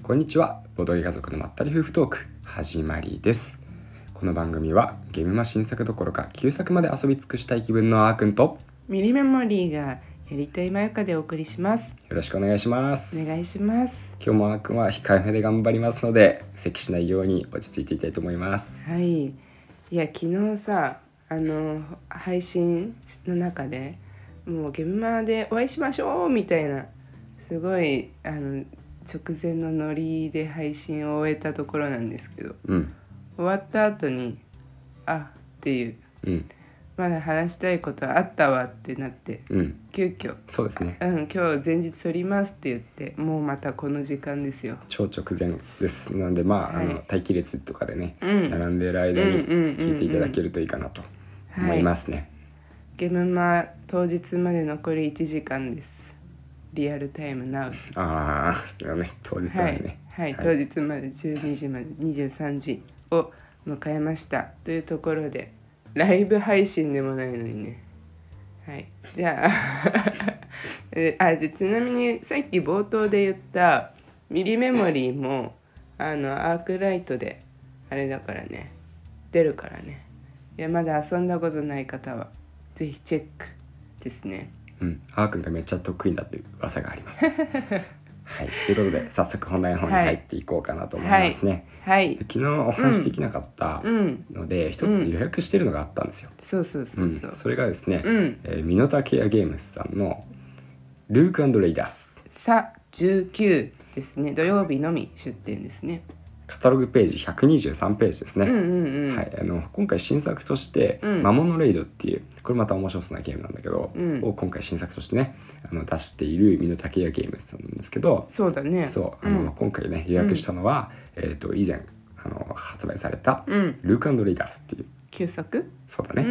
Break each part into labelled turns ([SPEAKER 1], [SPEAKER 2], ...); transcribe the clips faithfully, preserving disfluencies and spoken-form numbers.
[SPEAKER 1] こんにちは。ボドゲ家族のまったり夫婦トーク始まりです。この番組はゲームマ新作どころか旧作まで遊び尽くしたい気分のあーくんと
[SPEAKER 2] ミリメモリーがやりたいまゆかでお送りします。
[SPEAKER 1] よろしくお願いします。
[SPEAKER 2] お願いします。
[SPEAKER 1] 今日もあーくんは控えめで頑張りますので咳しないように落ち着いていたいと思います。
[SPEAKER 2] はい。いや昨日さあの配信の中でもうゲームマでお会いしましょうみたいなすごいあの直前のノリで配信を終えたところなんですけど、
[SPEAKER 1] うん、
[SPEAKER 2] 終わった後にあっていう、
[SPEAKER 1] うん、
[SPEAKER 2] まだ話したいことあったわってなって、
[SPEAKER 1] うん、
[SPEAKER 2] 急遽
[SPEAKER 1] そうですね、
[SPEAKER 2] うん、今日前日撮りますって言ってもうまたこの時間ですよ。
[SPEAKER 1] 超直前ですなのでまあ、
[SPEAKER 2] はい、
[SPEAKER 1] あの待機列とかでね、
[SPEAKER 2] うん、
[SPEAKER 1] 並んでいる間に聞いていただけるといいかなと思いますね、はい、
[SPEAKER 2] ゲームマ当日まで残りいちじかんです。リアルタイムナウ。
[SPEAKER 1] ああ、そうね、当日はね、
[SPEAKER 2] はい、はいはい、当日までじゅうにじまでにじゅうさんじを迎えましたというところで、ライブ配信でもないのにね。はい、じゃあえあでちなみにさっき冒頭で言ったミリメモリーもあのアークライトであれだからね、出るからね。いやまだ遊んだことない方はぜひチェックですね。
[SPEAKER 1] うん、あーくんがめっちゃ得意だっていう噂がありますはい、ということで早速本題の方に入っていこうかなと思いますね。はい、はい、昨日お話しできなかったので、うん、一つ予約してるのがあったんですよ、
[SPEAKER 2] うん、そうそうそうそう、
[SPEAKER 1] うん、それがですね、
[SPEAKER 2] うん
[SPEAKER 1] えー、ミノタケアゲームスさんのルーク&レイダース
[SPEAKER 2] さじゅうきゅうですね。土曜日のみ出店ですね。
[SPEAKER 1] カタログページひゃくにじゅうさんページですね、
[SPEAKER 2] うんうんうん、
[SPEAKER 1] はい、あの今回新作として「
[SPEAKER 2] うん、
[SPEAKER 1] 魔物レイド」っていうこれまた面白そうなゲームなんだけど、うん、を今回新作としてねあの出しているミノタケアゲームズさんなんですけど、
[SPEAKER 2] そうだね、
[SPEAKER 1] そうあの、うん、今回ね予約したのは、うん、えー、と以前あの発売された、
[SPEAKER 2] うん、
[SPEAKER 1] ルーク&レイダースっていう
[SPEAKER 2] 旧作
[SPEAKER 1] そうだね、
[SPEAKER 2] うん、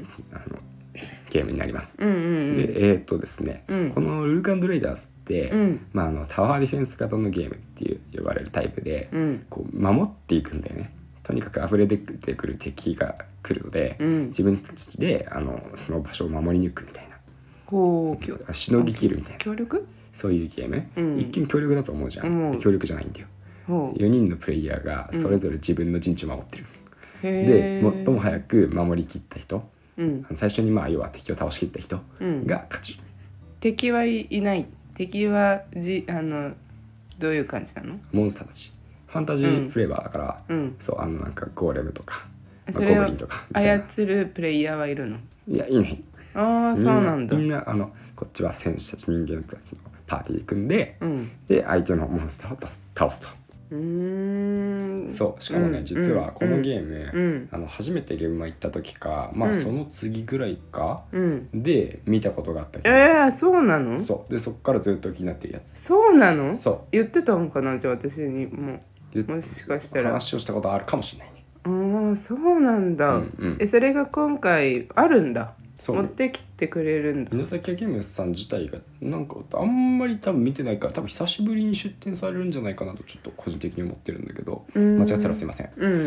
[SPEAKER 1] あのゲームになります、
[SPEAKER 2] うんうんうん、
[SPEAKER 1] でえー、っとですね、うん、このルーク&レイダースって、うんまあ、あのタワーディフェンス型のゲームっていう呼ばれるタイプで、うん、こう守っていくんだよね。とにかく溢れてくる敵が来るので、うん、自分たちであのその場所を守り抜くみたいな、
[SPEAKER 2] こ
[SPEAKER 1] うしのぎきるみたいな
[SPEAKER 2] 協力
[SPEAKER 1] そういうゲーム、うん、一見協力だと思うじゃん、うん、協力じゃないんだよ。よにんのプレイヤーがそれぞれ自分の陣地を守ってる、うん、で最も早く守りきった人、うん、最初にまあ要は敵を倒しきった人が勝ち、うん、
[SPEAKER 2] 敵はいない敵はじあのどういう感じなの？
[SPEAKER 1] モンスターたちファンタジーフレーバーだから、うん、そうあのなんかゴーレムとか、
[SPEAKER 2] まあ、ゴブリンとか操るプレイヤーはいるの？
[SPEAKER 1] いやいない。
[SPEAKER 2] ああそうなんだ。
[SPEAKER 1] みんなあのこっちは戦士たち人間たちのパーティーで組んで、うん、で相手のモンスターを倒すと。うーんそうしかもね、うん、実はこのゲーム、うん、あの初めてゲームマ行った時かまあ、うん、その次ぐらいか、うん、で見たことがあったけど、
[SPEAKER 2] えー、そうなの？
[SPEAKER 1] そうでそっからずっと気になってるやつ。
[SPEAKER 2] そうなの？
[SPEAKER 1] そう
[SPEAKER 2] 言ってたのかなじゃあ私にももしかしたら
[SPEAKER 1] 話をしたことあるかもしれないね。
[SPEAKER 2] ああそうなんだ、うんうん、えそれが今回あるんだ。持ってきてくれるんだ。
[SPEAKER 1] ミノタケアゲームズさん自体がなんかあんまり多分見てないから多分久しぶりに出展されるんじゃないかなとちょっと個人的に思ってるんだけど、間違ってたらすいません。うん、うん、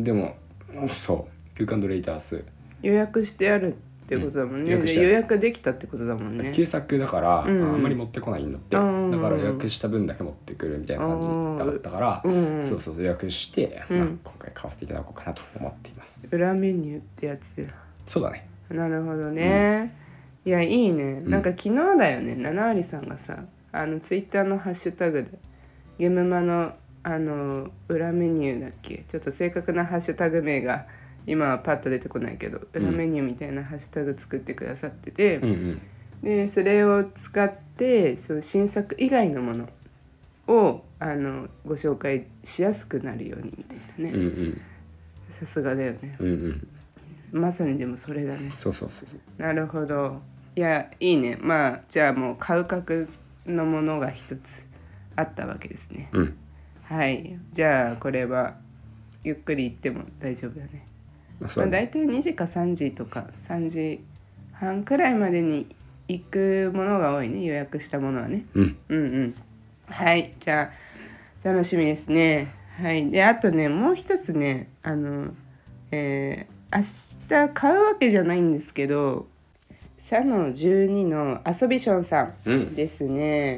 [SPEAKER 1] でもそうルーク&レイダース
[SPEAKER 2] 予約してあるってことだもんね、うん、予約できたってことだもんね。
[SPEAKER 1] 旧作だから、うん、あんまり持ってこないんだって、だから予約した分だけ持ってくるみたいな感じだったから、うん、そうそう予約して、うんまあ、今回買わせていただこうかなと思っています。
[SPEAKER 2] 裏メニューってやつ。
[SPEAKER 1] そうだね。
[SPEAKER 2] なるほどね、うん、いやいいね。なんか昨日だよね、なな割さんがさあのツイッターのハッシュタグでゲームマのあの裏メニューだっけ、ちょっと正確なハッシュタグ名が今はパッと出てこないけど、裏メニューみたいなハッシュタグ作ってくださってて、うんうん、でそれを使ってその新作以外のものをあのご紹介しやすくなるようにみたいなね、うんうん、さすがだよね、うんうんまさにでもそれだね。
[SPEAKER 1] そうそうそうそう。
[SPEAKER 2] なるほど。いやいいね。まあじゃあもう買う格のものが一つあったわけですね。うん。はい。じゃあこれはゆっくり行っても大丈夫だね。まあ大体にじかさんじとかさんじはんくらいまでに行くものが多いね。予約したものはね。うん。うんうん。はい。じゃあ楽しみですね。はい。であとねもう一つねあのえー、明日買うわけじゃないんですけど、サのじゅうにのアソビションさんですね、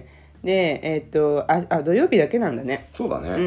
[SPEAKER 2] でえっ、ー、とああ土曜日だけなんだね。
[SPEAKER 1] そうだね。
[SPEAKER 2] うん、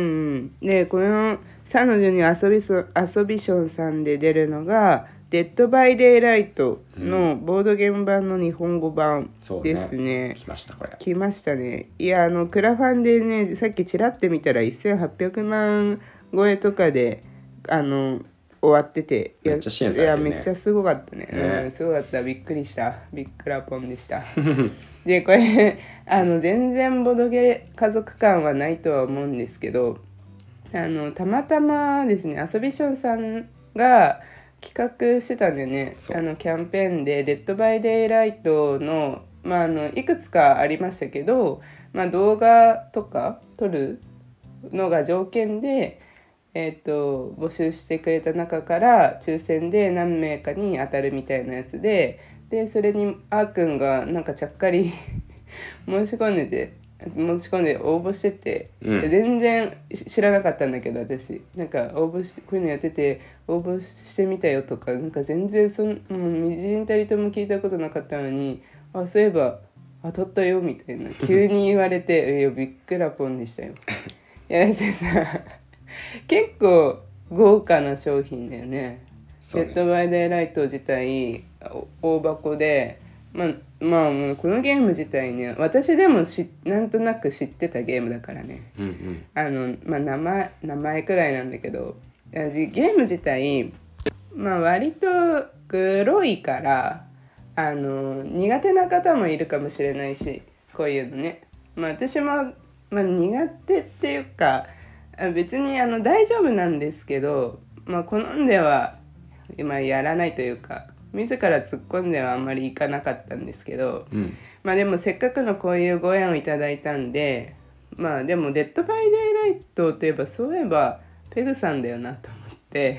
[SPEAKER 2] でこのサノジュに遊びそ遊びションさんで出るのがデッドバイデイライトのボードゲーム版の日本語版ですね。
[SPEAKER 1] うん、来ましたこれ。
[SPEAKER 2] 来ましたね。いやあのクラファンでねさっきちらって見たらせんはっぴゃくまん超えとかであの終わってて、
[SPEAKER 1] めっちゃ支援されてるね。
[SPEAKER 2] いやめっちゃすごかったね。
[SPEAKER 1] ね、
[SPEAKER 2] うん、すごかった。びっくりした。びっくらぽんでした。でこれあの全然ボドゲ家族感はないとは思うんですけど、あのたまたまですね、アソビションさんが企画してたんだよね。あのキャンペーンでデッドバイデイライトの、まあ、あのいくつかありましたけど、まあ、動画とか撮るのが条件で、えー、と募集してくれた中から抽選で何名かに当たるみたいなやつで、でそれにあーくんがなんかちゃっかり申し込んでて申し込んで応募してて、うん、全然知らなかったんだけど、私なんか応募しこういうのやってて応募してみたよとか、なんか全然そんもうみじんたりとも聞いたことなかったのに、あそういえば当たったよみたいな急に言われていやびっくらぽんでしたよ。いやだってさ結構豪華な商品だよね。デッドバイデイライト自体大箱で、まあ、まあもうこのゲーム自体ね私でもしなんとなく知ってたゲームだからね、
[SPEAKER 1] うんうん、
[SPEAKER 2] あの、まあ、名前、名前くらいなんだけど、ゲーム自体、まあ、割と黒いからあの苦手な方もいるかもしれないし、こういうのね、まあ、私も、まあ、苦手っていうか別にあの大丈夫なんですけど、まあ、好んでは今やらないというか自ら突っ込んではあんまりいかなかったんですけど、
[SPEAKER 1] うん、
[SPEAKER 2] まあでもせっかくのこういうご縁をいただいたんで、まあでもデッドバイデイライトといえばそういえばペグさんだよなと思って、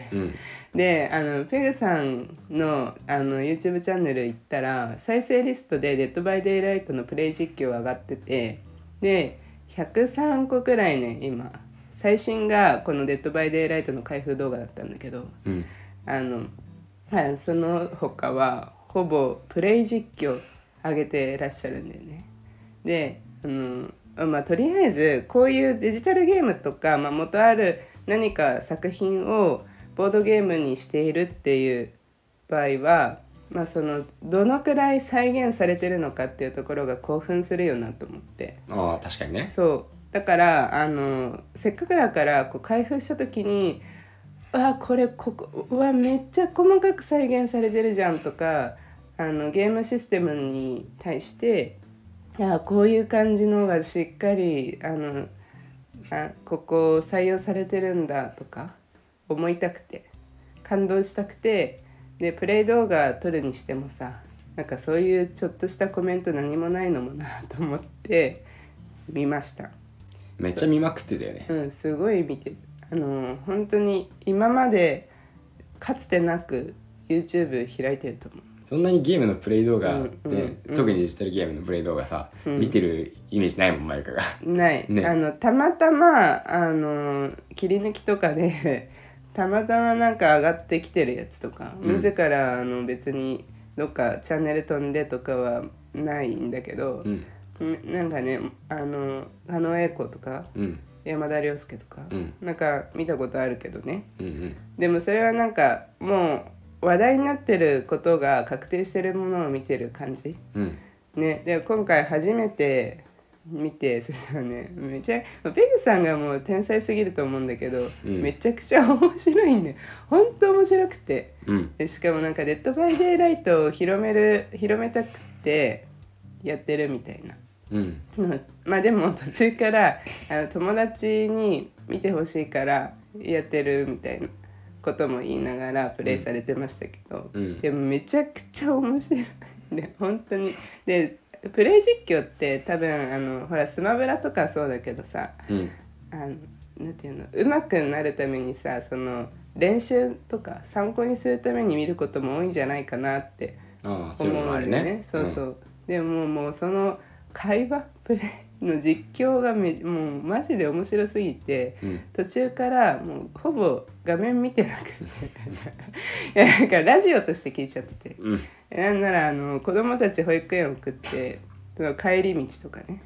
[SPEAKER 1] うん、
[SPEAKER 2] であのペグさんのあの YouTube チャンネル行ったら再生リストでデッドバイデイライトのプレイ実況上がってて、でひゃくさんこくらいね今最新がこのデッドバイデイライトの開封動画だったんだけど、
[SPEAKER 1] うん、
[SPEAKER 2] あのはい、その他はほぼプレイ実況上げてらっしゃるんだよね。であの、まあ、とりあえずこういうデジタルゲームとか、まあ、元ある何か作品をボードゲームにしているっていう場合は、まあ、そのどのくらい再現されてるのかっていうところが興奮するよなと思って。
[SPEAKER 1] ああ確かにね。
[SPEAKER 2] そうだからあのせっかくだからこう開封した時にあこれここはめっちゃ細かく再現されてるじゃんとか、あのゲームシステムに対していやこういう感じのがしっかりあのあここ採用されてるんだとか思いたくて感動したくて、でプレイ動画撮るにしてもさ、なんかそういうちょっとしたコメント何もないのもなと思って見ました。
[SPEAKER 1] めっちゃ見まくってたよね。
[SPEAKER 2] うん、すごい見てる。あの本当に今までかつてなく YouTube 開いてると思う。
[SPEAKER 1] そんなにゲームのプレイ動画で、
[SPEAKER 2] うんうんうん、
[SPEAKER 1] 特にデジタルゲームのプレイ動画さ、うん、見てるイメージないもん前から
[SPEAKER 2] ない、ね、あのたまたまあの切り抜きとかでたまたまなんか上がってきてるやつとか、うん、自らあの別にどっかチャンネル飛んでとかはないんだけど、うん、なんかねあの狩野英孝とか、うん、山田涼介とか、うん、なんか見たことあるけどね、うんうん、でもそれはなんかもう話題になってることが確定してるものを見てる感じ、うんね、で今回初めて見てそれはねめちゃペグさんがもう天才すぎると思うんだけど、うん、めちゃくちゃ面白いんで本当面白くて、うん、でしかもなんかデッドバイデイライトを広める広めたくてやってるみたいな、うん、まあでも途中からあの友達に見てほしいからやってるみたいなことも言いながらプレイされてましたけど、うん、でもめちゃくちゃ面白いで本当にでプレイ実況って多分あのほらスマブラとかそうだけどさ、うん、あのなんていうの上手くなるためにさその練習とか参考にするために見ることも多いんじゃないかなって思うんだよね。そうそう、うん、でももうその会話プレイの実況がめもうマジで面白すぎて、うん、途中からもうほぼ画面見てなくていやなんかラジオとして聞いちゃってて、うん、なんならあの子供たち保育園送ってその帰り道とかね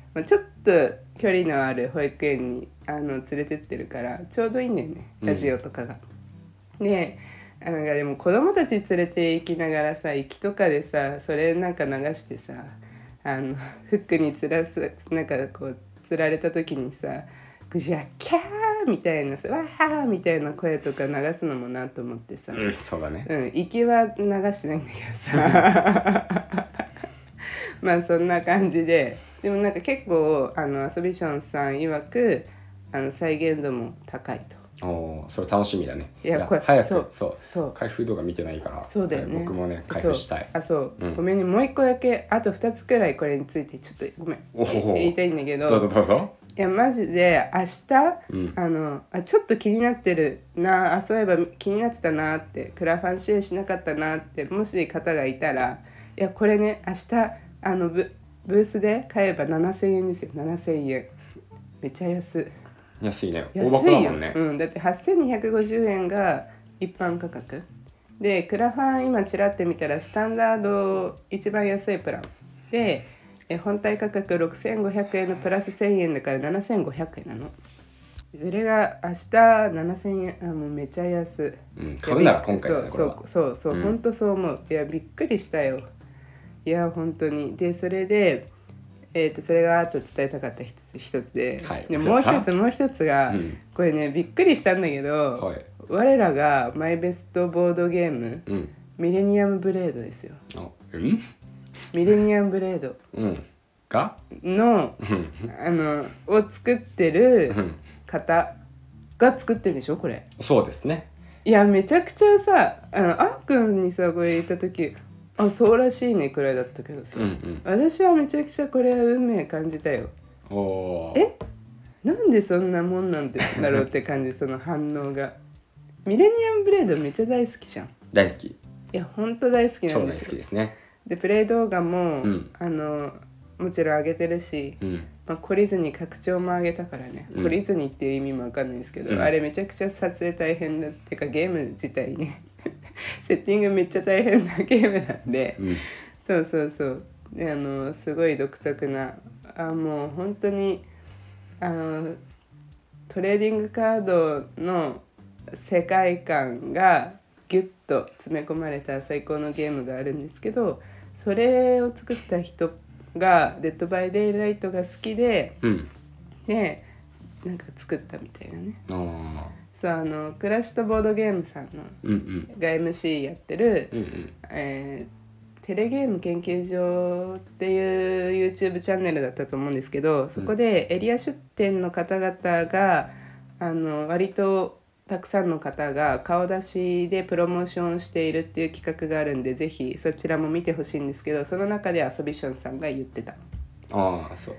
[SPEAKER 2] まあ、ちょっと距離のある保育園にあの連れてってるからちょうどいいんだよね、ラジオとかが。うん、でなんかでも子供たち連れて行きながらさ、行きとかでさそれなんか流してさ、あのフックにつらすなんかこうつられた時にさ、ぐじゃキャーみたいなさ、わーみたいな声とか流すのもなと思ってさ、
[SPEAKER 1] うん、そうだね。
[SPEAKER 2] うん、行きは流してないんだけどさまあそんな感じで、でもなんか結構あのアソビションさん曰くあの再現度も高いと。
[SPEAKER 1] おー、それ楽しみだね。
[SPEAKER 2] いやこれ
[SPEAKER 1] 早く
[SPEAKER 2] そう
[SPEAKER 1] そう
[SPEAKER 2] そう
[SPEAKER 1] 開封動画見てないから、
[SPEAKER 2] そうだよね、
[SPEAKER 1] 僕もね開封したい。
[SPEAKER 2] そうあそう、
[SPEAKER 1] うん、
[SPEAKER 2] ごめんね、もう一個だけあとふたつくらいこれについてちょっとごめん言いたいんだけど、
[SPEAKER 1] どうぞどうぞ。
[SPEAKER 2] いやマジで明日、うん、あのあちょっと気になってるなあ、そういえば気になってたなって、クラファン支援しなかったなってもし方がいたら、いやこれね明日あの ブ, ブースで買えばななせんえんですよ。ななせんえんめっちゃ安い。
[SPEAKER 1] 安いね。
[SPEAKER 2] 安いよ、
[SPEAKER 1] 大箱だもんね。
[SPEAKER 2] うん、だってはっせんにひゃくごじゅうえんが一般価格で、クラファン今ちらって見たらスタンダード一番安いプランでえ本体価格ろくせんごひゃくえんのプラスせんえんだからななせんごひゃくえんなの。それが明日ななせんえん、あもうめちゃ安、
[SPEAKER 1] うん、買うなら今回だね。
[SPEAKER 2] そうそうそうそう、うん、本当そう思う。いやびっくりしたよ。いや本当に。でそれでえー、とそれがあと伝えたかった一つ一つ で,、はい、でもう一つもう一つが、うん、これねびっくりしたんだけど、はい、我らがマイベストボードゲーム、うん、ミレニアムブレードですよ。
[SPEAKER 1] うん、
[SPEAKER 2] ミレニアムブレード、
[SPEAKER 1] うん、が
[SPEAKER 2] のあのを作ってる方が作ってるんでしょこれ。
[SPEAKER 1] そうですね。
[SPEAKER 2] いやめちゃくちゃさ、あのあーくんにさこれ言った時、あそうらしいねくらいだったけどさ、うんうん、私はめちゃくちゃこれは運命感じたよ。おえなんでそんなもんなんてだろうって感じその反応が。ミレニアムブレードめっちゃ大好きじゃん。
[SPEAKER 1] 大好き。い
[SPEAKER 2] やほんと大好きなんですよ。
[SPEAKER 1] 超大好きですね。
[SPEAKER 2] でプレイ動画も、うん、あのもちろん上げてるし、うんまあ、懲りずに拡張も上げたからね、うん、懲りずにっていう意味も分かんないですけど、うん、あれめちゃくちゃ撮影大変だってかゲーム自体ねセッティングめっちゃ大変なゲームなんで、うん、そうそうそうであのすごい独特なあもう本当にあのトレーディングカードの世界観がギュッと詰め込まれた最高のゲームがあるんですけど、それを作った人がデッドバイデイライトが好きで、うん、でなんか作ったみたいなね。あそうあのクラシットボードゲームさんの、うんうん、が エムシー やってる、うんうんえー、テレゲーム研究所っていう YouTube チャンネルだったと思うんですけど、そこでエリア出店の方々があの割とたくさんの方が顔出しでプロモーションしているっていう企画があるんで、ぜひそちらも見てほしいんですけど、その中でアソビションさんが言ってた。
[SPEAKER 1] ああそう、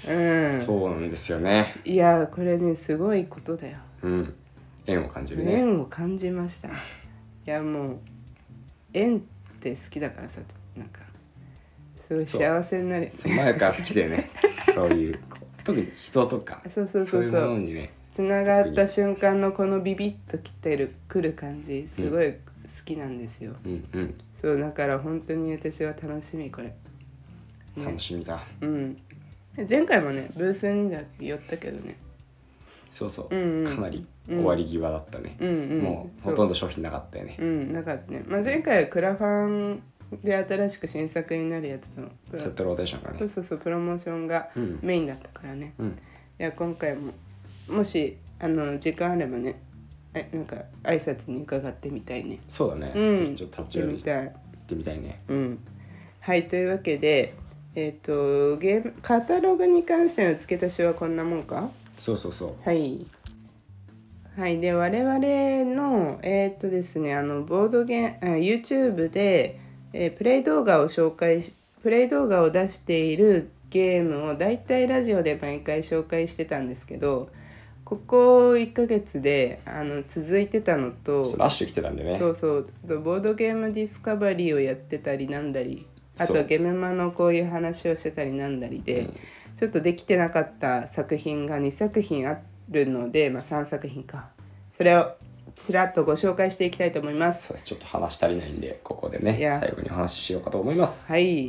[SPEAKER 1] うん、そうなんですよね。
[SPEAKER 2] いやこれねすごいことだよ。
[SPEAKER 1] うん縁を感じるね。
[SPEAKER 2] 縁を感じました。いやもう縁って好きだからさ、なんかすごい幸せになるよね。
[SPEAKER 1] 前から好きだよねそういう特に人とか
[SPEAKER 2] そうそうそうそう、そういうものにねつながった瞬間のこのビビッときてるくる感じすごい好きなんですよ、うんうん、そうだから本当に私は楽しみこれ、ね、
[SPEAKER 1] 楽しみだ、
[SPEAKER 2] うん、前回もねブースに寄ったけどね、
[SPEAKER 1] そうそう、うんうん、かなり終わり際だったね、うんうん、もうほとんど商品なかったよね。
[SPEAKER 2] うん、なかったね、まあ、前回はクラファンで新しく新作になるやつの
[SPEAKER 1] セットローテーションがね、
[SPEAKER 2] そうそうそうプロモーションがメインだったからね、うん、いや今回ももしあの時間あればね、えなんか挨拶に伺ってみたいね。
[SPEAKER 1] そうだね、
[SPEAKER 2] うん、
[SPEAKER 1] ちょっと立ち寄り行ってみたいね。
[SPEAKER 2] うんはいというわけでえっ、ー、とゲームカタログに関しての付け足しはこんなもんか。
[SPEAKER 1] そうそうそう
[SPEAKER 2] はいはいで我々のえっ、ー、とですねあのボードゲーム YouTube で、えー、プレイ動画を紹介プレイ動画を出しているゲームをだいたいラジオで毎回紹介してたんですけど、ここいっかげつであの続いてたのと
[SPEAKER 1] ラッシュ来てたんでね。
[SPEAKER 2] そうそうボードゲームディスカバリーをやってたりなんだり、あとはゲームマのこういう話をしてたりなんだりで、うん、ちょっとできてなかった作品がにさく品あるので、まあ、さんさく品か、それをちらっとご紹介していきたいと思います。
[SPEAKER 1] そうちょっと話足りないんでここでね最後にお話ししようかと思います。
[SPEAKER 2] はい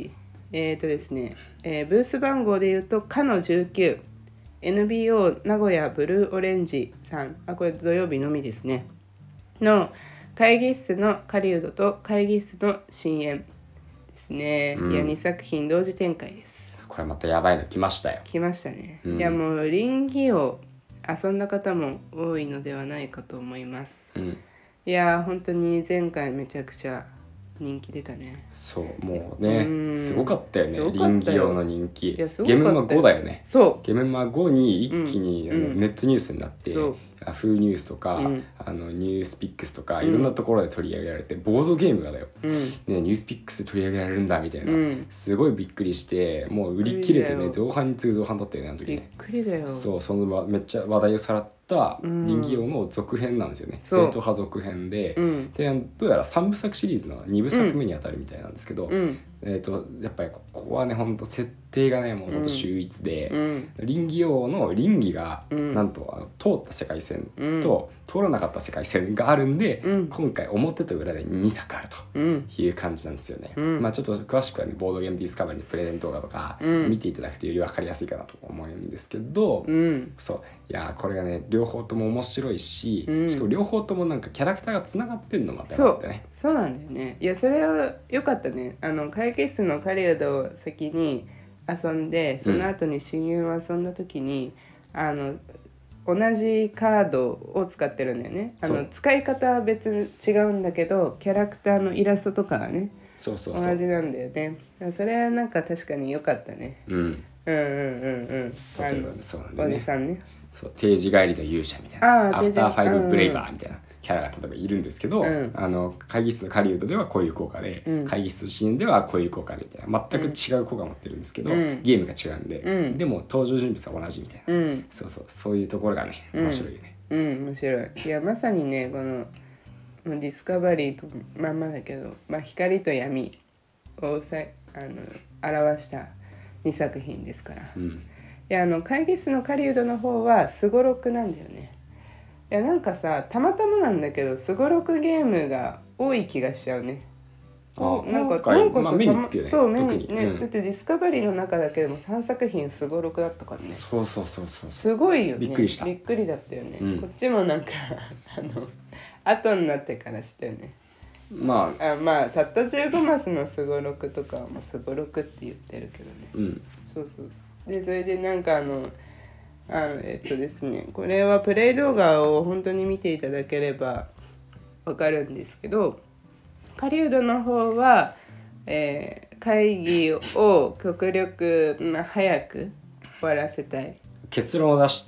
[SPEAKER 2] えっとですね、えー、ブース番号で言うとかのじゅうきゅう、 エヌビーオー 名古屋ブルーオレンジさん、あこれ土曜日のみですねの会議室の狩人と会議室の深淵ですね、うん、いやにさく品同時展開です。
[SPEAKER 1] これまたやばいの来ましたよ。
[SPEAKER 2] 来ましたね、うん、いやもう臨機を遊んだ方も多いのではないかと思います、うん、いや本当に前回めちゃくちゃ人気出たね。
[SPEAKER 1] そうもうね、うん、すごかったよね。臨機用の人気。ゲームマごだよね。
[SPEAKER 2] そう
[SPEAKER 1] ゲームマごに一気に、うん、あのネットニュースになって、うん、ヤフーニュースとか、うん、あのニュースピックスとか、いろんなところで取り上げられて、ボードゲームがだよ、うんね、ニュースピックスで取り上げられるんだみたいな、うん、すごいびっくりして、もう売り切れてね、造反に次ぐ造反だったよね、あの時ね。
[SPEAKER 2] びっくりだよ。
[SPEAKER 1] そうそのめっちゃ話題をさらった人気用の続編なんですよね、うん、正統派続編で、うん、でどうやらさんぶさくシリーズのにぶさくめにあたるみたいなんですけど、うん、えー、とやっぱりここはねほんと設定がねもうほんと秀逸で、うん、臨機用の臨機が、うん、なんとあの通った世界線と、うん、通らなかった世界線があるんで、うん、今回表と裏でにさくあるという感じなんですよね、うん、まあちょっと詳しくはねボードゲームディスカバリーのプレゼン動画とか見ていただくとより分かりやすいかなと思うんですけど、うん、そういやこれがね両方とも面白いし、うん、しかも両方ともなんかキャラクターがつながってんのまたよかったね。
[SPEAKER 2] そうそうなんだよね。いやそれは良かったね。あの会議室の狩人を先に遊んでその後に親友を遊んだ時に、うん、あの同じカードを使ってるんだよね。あの使い方は別に違うんだけどキャラクターのイラストとかがね
[SPEAKER 1] そうそうそう
[SPEAKER 2] 同じなんだよね。それはなんか確かに良かったね。うん、うんうんうんうんあのそうなんだよね、おじさんね
[SPEAKER 1] そう定時帰りの勇者みたいなアフターファイブブレイバーみたいなキャラが例えばいるんですけど、うん、あの会議室の狩人ではこういう効果で、うん、会議室の支援ではこういう効果でみたいな全く違う効果を持ってるんですけど、うん、ゲームが違うんで、うん、でも登場人物は同じみたいな、うん、そうそうそういうところがね面白いよね。
[SPEAKER 2] うん、うん、面白い。いやまさにねこのディスカバリーとまんまだけど、まあ、光と闇をさあの表したにさく品ですから、うん、いやあの会議室の狩人の方はすごろくなんだよね。いやなんかさたまたまなんだけどすごろくゲームが多い気がしちゃうね。
[SPEAKER 1] あなんかなんかさ、まあ、目につくよね。
[SPEAKER 2] そう目にね、うん、だってディスカバリーの中だけでもさんさく品すごろくだったからね。
[SPEAKER 1] そうそうそうそう
[SPEAKER 2] すごいよね。
[SPEAKER 1] びっくりした。
[SPEAKER 2] びっくりだったよね、うん、こっちもなんかあの後になってからしたよね。まあ、あまあたったじゅうごマスのすごろくとかはもうすごろくって言ってるけどね、うん、そうそうそうでそれでなんかあのあのえっとですねこれはプレイ動画を本当に見ていただければわかるんですけど狩人の方は、えー、会議を極力、まあ、早く終わらせたい
[SPEAKER 1] 結論を出して、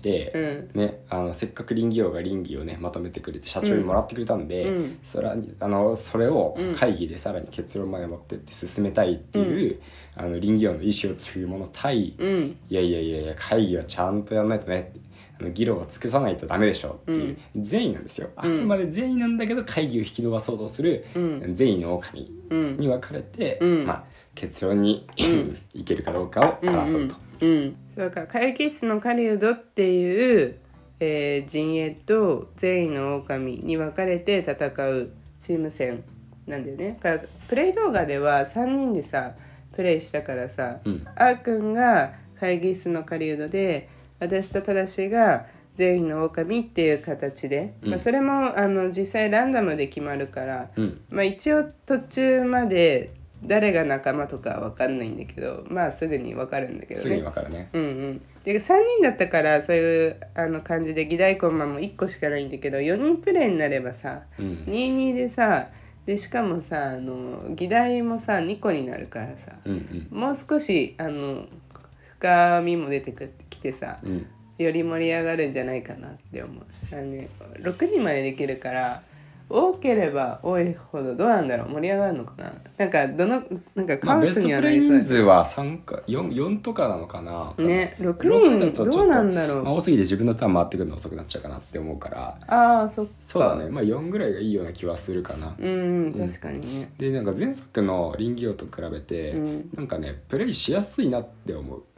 [SPEAKER 1] うんね、あのせっかく林業が林業をねまとめてくれて社長にもらってくれたんで、うん、それはあのそれを会議でさらに結論まで持ってって進めたいっていう、うん、あの林業の意思を継ぐ者対、うん、いやいやいやいや会議はちゃんとやらないとねってあの議論を尽くさないとダメでしょっていう、うん、善意なんですよ。あくまで善意なんだけど会議を引き延ばそうとする、うん、善意の狼に分かれて、うんまあ、結論に、うん、いけるかどうかを争うと。うんうん
[SPEAKER 2] うん、そうか会議室の狩人っていう、えー、陣営と善意の狼に分かれて戦うチーム戦なんだよね。からプレイ動画ではさんにんでさプレイしたからさ、うん、あーくんが会議室の狩人で私とただしが善意の狼っていう形で、うんまあ、それもあの実際ランダムで決まるから、うんまあ、一応途中まで誰が仲間とかは分かんないんだけどまあすぐに分かるんだけどね。
[SPEAKER 1] すぐに分かるね。
[SPEAKER 2] うんうん。でさんにんだったからそういうあの感じで議題コンマもいっこしかないんだけどよにんプレイになればさ、うん、にたいにでさでしかもさあの議題もさにこになるからさ、うんうん、もう少しあの深みも出てきてさ、うん、より盛り上がるんじゃないかなって思う。あの、ね、ろくにんまでできるから多ければ多いほどどうなんだろう盛り上がるのかな。なんかどのなんかカオスにはなりそう、
[SPEAKER 1] まあ、ベストプレイ人数はさんか 4, 4とかなのかな
[SPEAKER 2] ね。ろくにんどうなんだろう、
[SPEAKER 1] まあ、多すぎて自分のターン回ってくるの遅くなっちゃうかなって思うから
[SPEAKER 2] ああそっか
[SPEAKER 1] そうだねまあよんぐらいがいいような気はするかな。
[SPEAKER 2] うん確かにね、
[SPEAKER 1] うん、でなんか前作の林業と比べて、うん、なんかねプレイしやすいなって思う。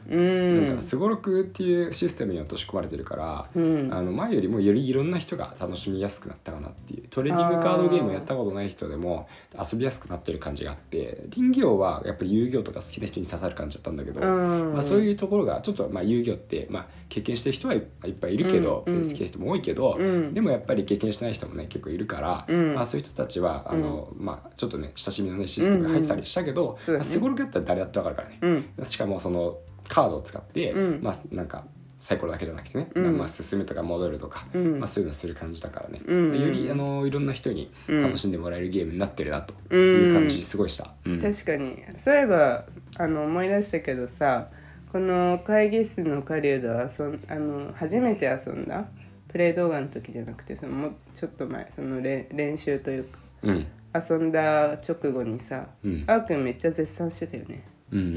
[SPEAKER 2] うん、
[SPEAKER 1] なんかすごろくっていうシステムに落とし込まれてるから、
[SPEAKER 2] うん、
[SPEAKER 1] あの前よりもよりいろんな人が楽しみやすくなったかなっていう。トレーディングカードゲームをやったことない人でも遊びやすくなってる感じがあって、林業はやっぱり遊戯王とか好きな人に刺さる感じだったんだけど、
[SPEAKER 2] うん、
[SPEAKER 1] まあ、そういうところがちょっと、まあ、遊戯王って、まあ、経験してる人はいっぱいいるけど、うん、好きな人も多いけど、うん、でもやっぱり経験してない人もね結構いるから、うん、まあ、そういう人たちはあの、うん、まあ、ちょっとね親しみの、ね、システムが入ってたりしたけど、うんうん、まあ、すごろくやったら誰だって分かるからね、うん、しかもそのカードを使って、うん、まあなんかサイコロだけじゃなくてね、うん、まあ進むとか戻るとか、うん、まあ、そういうのする感じだからね、うん、よりあのいろんな人に楽しんでもらえるゲームになってるなという感じすごいした、
[SPEAKER 2] うん、確かに。そういえばあの思い出したけどさ、この会議室の狩人はそあの初めて遊んだプレイ動画の時じゃなくて、そのもうちょっと前、そのれ練習というか、うん、遊んだ直後にさ、うん、あーくんめっちゃ絶賛してたよね。うんうんうん、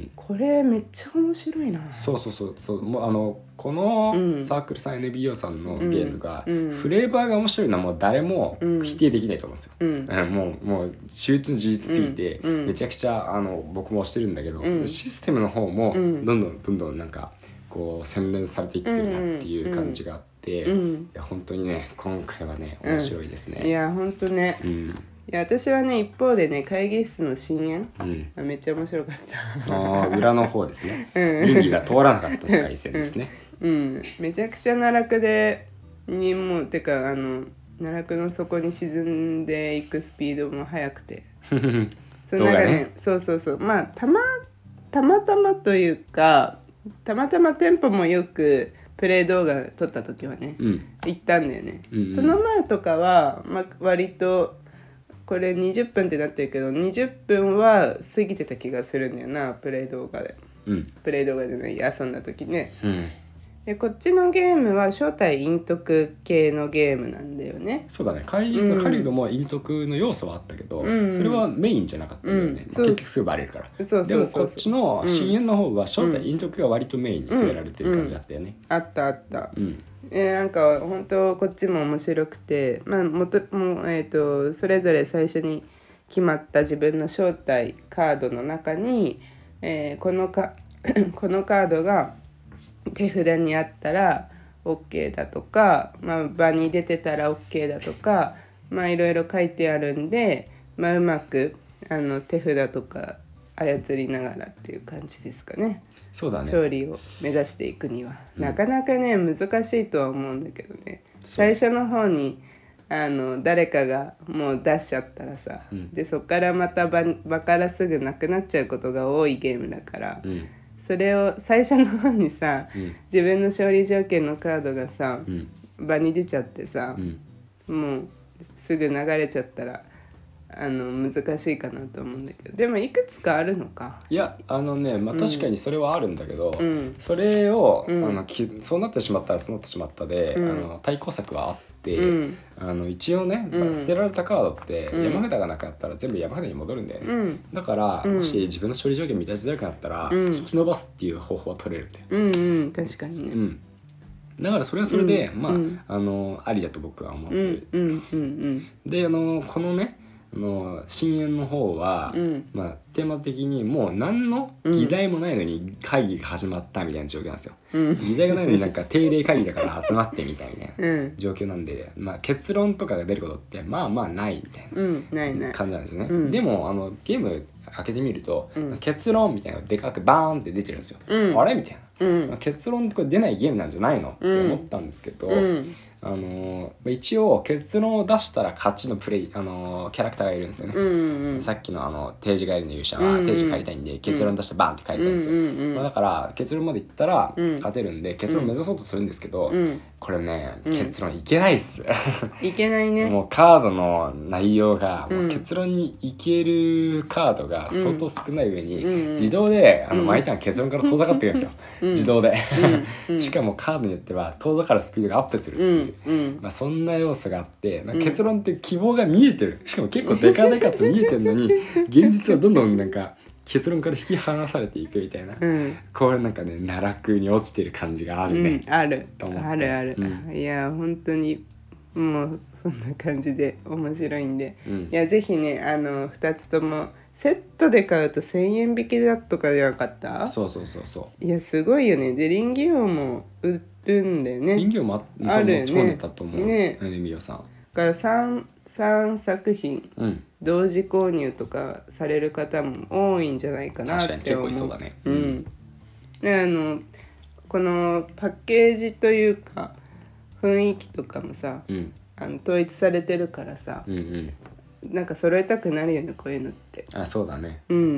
[SPEAKER 2] これめっちゃ面白いな。
[SPEAKER 1] そうそうそうそう、もうあのこのサークルさん、うん、エヌビーオー さんのゲームが、うん、フレーバーが面白いのはもう誰も否定できないと思うんですよ、うん、もうもう周知の事実すぎて、うん、めちゃくちあの僕もしてるんだけど、うん、システムの方もどんどんどんどんなんかこう洗練されていってるなっていう感じがあって、うん、いや本当にね今回はね面白いですね、
[SPEAKER 2] いや本当ね、いや私はね一方でね会議室の深淵、うん、めっちゃ面白かった
[SPEAKER 1] あ裏の方ですね、うん、倫理が通らなかった世界線ですね、
[SPEAKER 2] うん、うん、めちゃくちゃ奈落でにもうてかあの奈落の底に沈んでいくスピードも速くてその中で、ね、そうそうそう、まあたまたまたまというかたまたまテンポもよくプレイ動画撮った時はね、うん、行ったんだよね、うんうん、その前とかは、まあ、割とこれにじゅっぷんってなってるけどにじゅっぷんは過ぎてた気がするんだよな、プレイ動画で、うん、プレイ動画じゃない遊んだ時ね、うん、でこっちのゲームは正体陰徳系のゲームなんだよね。
[SPEAKER 1] そうだね、会議室の狩人も陰徳の要素はあったけど、うん、それはメインじゃなかったんだよね、うんまあ、結局すぐバレるから。そうそうそうそう、でもこっちの深淵の方は正体陰徳が割とメインに据えられてる感じだったよね、
[SPEAKER 2] うんうん、あったあった、うんえー、なんか本当こっちも面白くて、まあ、もともう、えーと、それぞれ最初に決まった自分の正体カードの中に、えー、このかこのカードが手札にあったら OK だとか、まあ、場に出てたら OK だとか、まあいろいろ書いてあるんで、まあ、うまくあの手札とか操りながらっていう感じですかね。
[SPEAKER 1] そうだね、
[SPEAKER 2] 勝利を目指していくには、うん、なかなかね難しいとは思うんだけどね。最初の方にあの誰かがもう出しちゃったらさ、うん、でそこからまた 場, 場からすぐなくなっちゃうことが多いゲームだから、うん、それを最初の方にさ、うん、自分の勝利条件のカードがさ、うん、場に出ちゃってさ、うん、もうすぐ流れちゃったらあの難しいかなと思うんだけど、でもいくつかあるのか。
[SPEAKER 1] いやあのね、まあ、確かにそれはあるんだけど、うん、それを、うん、あのきそうなってしまったらそうなってしまったで、うん、あの対抗策はあって、うん、あの一応ね、まあ、捨てられたカードって山札がなくなったら全部山札に戻るんだよね、うん、だから、もし自分の処理条件満たしづらくなったら、引き伸ばすっていう方法は取れるんだよ、
[SPEAKER 2] うんうん、確かにね、うん、
[SPEAKER 1] だからそれはそれで、まあ、あのありだと僕は思ってる、うんうんうんうん、であのこのねの深淵の方は、うんまあ、テーマ的にもう何の議題もないのに会議が始まったみたいな状況なんですよ、うん、議題がないのになんか定例会議だから集まってみたいみたいな状況なんで、まあ、結論とかが出ることってまあまあないみたいな感じなんですね、うん、でもあのゲーム開けてみると、うん、結論みたいなのがでかくバーンって出てるんですよ、うん、あれみたいな、うんまあ、結論ってこれ出ないゲームなんじゃないのって思ったんですけど、うんあのー、一応結論を出したら勝ちのプレイ、あのー、キャラクターがいるんですよね、うんうん、さっきのあの定時帰りの勇者は定時帰りたいんで結論出してバーンって書いてるんですよ、うんうんまあ、だから結論までいったら勝てるんで結論を目指そうとするんですけど、うん、これね結論いけないっす
[SPEAKER 2] いけないね。
[SPEAKER 1] もうカードの内容がもう結論にいけるカードが相当少ない上に、うん、自動であの毎ターン結論から遠ざかっていくんですよ、うん、自動でしかもカードによっては遠ざかるスピードがアップするっていう、うんうんまあ、そんな要素があってなんか結論って希望が見えてる、しかも結構デカデカと見えてるのに現実はどんどんなんか結論から引き離されていくみたいな、うん、これなんかね奈落に落ちてる感じがあるね、
[SPEAKER 2] うん、あるあるある、うん、いや本当にもうそんな感じで面白いんで、うん、いやぜひねあのふたつともセットで買うとせんえん引きだとかじゃなかった？
[SPEAKER 1] そうそうそうそう。
[SPEAKER 2] いやすごいよね。でリンギオも売るんだよね。
[SPEAKER 1] リンギオも あ, あるよね。超ネタと思うね。エネミオさん。
[SPEAKER 2] だから 3, 3作品、
[SPEAKER 1] うん、
[SPEAKER 2] 同時購入とかされる方も多いんじゃないかなって思う。
[SPEAKER 1] 確かに結構いそうだね。
[SPEAKER 2] うん。であのこのパッケージというか雰囲気とかもさ、
[SPEAKER 1] うん、
[SPEAKER 2] あの統一されてるからさ、
[SPEAKER 1] うんうん、
[SPEAKER 2] なんか揃えたくなるよねこういうのって。
[SPEAKER 1] あ、そうだね。
[SPEAKER 2] うんうん。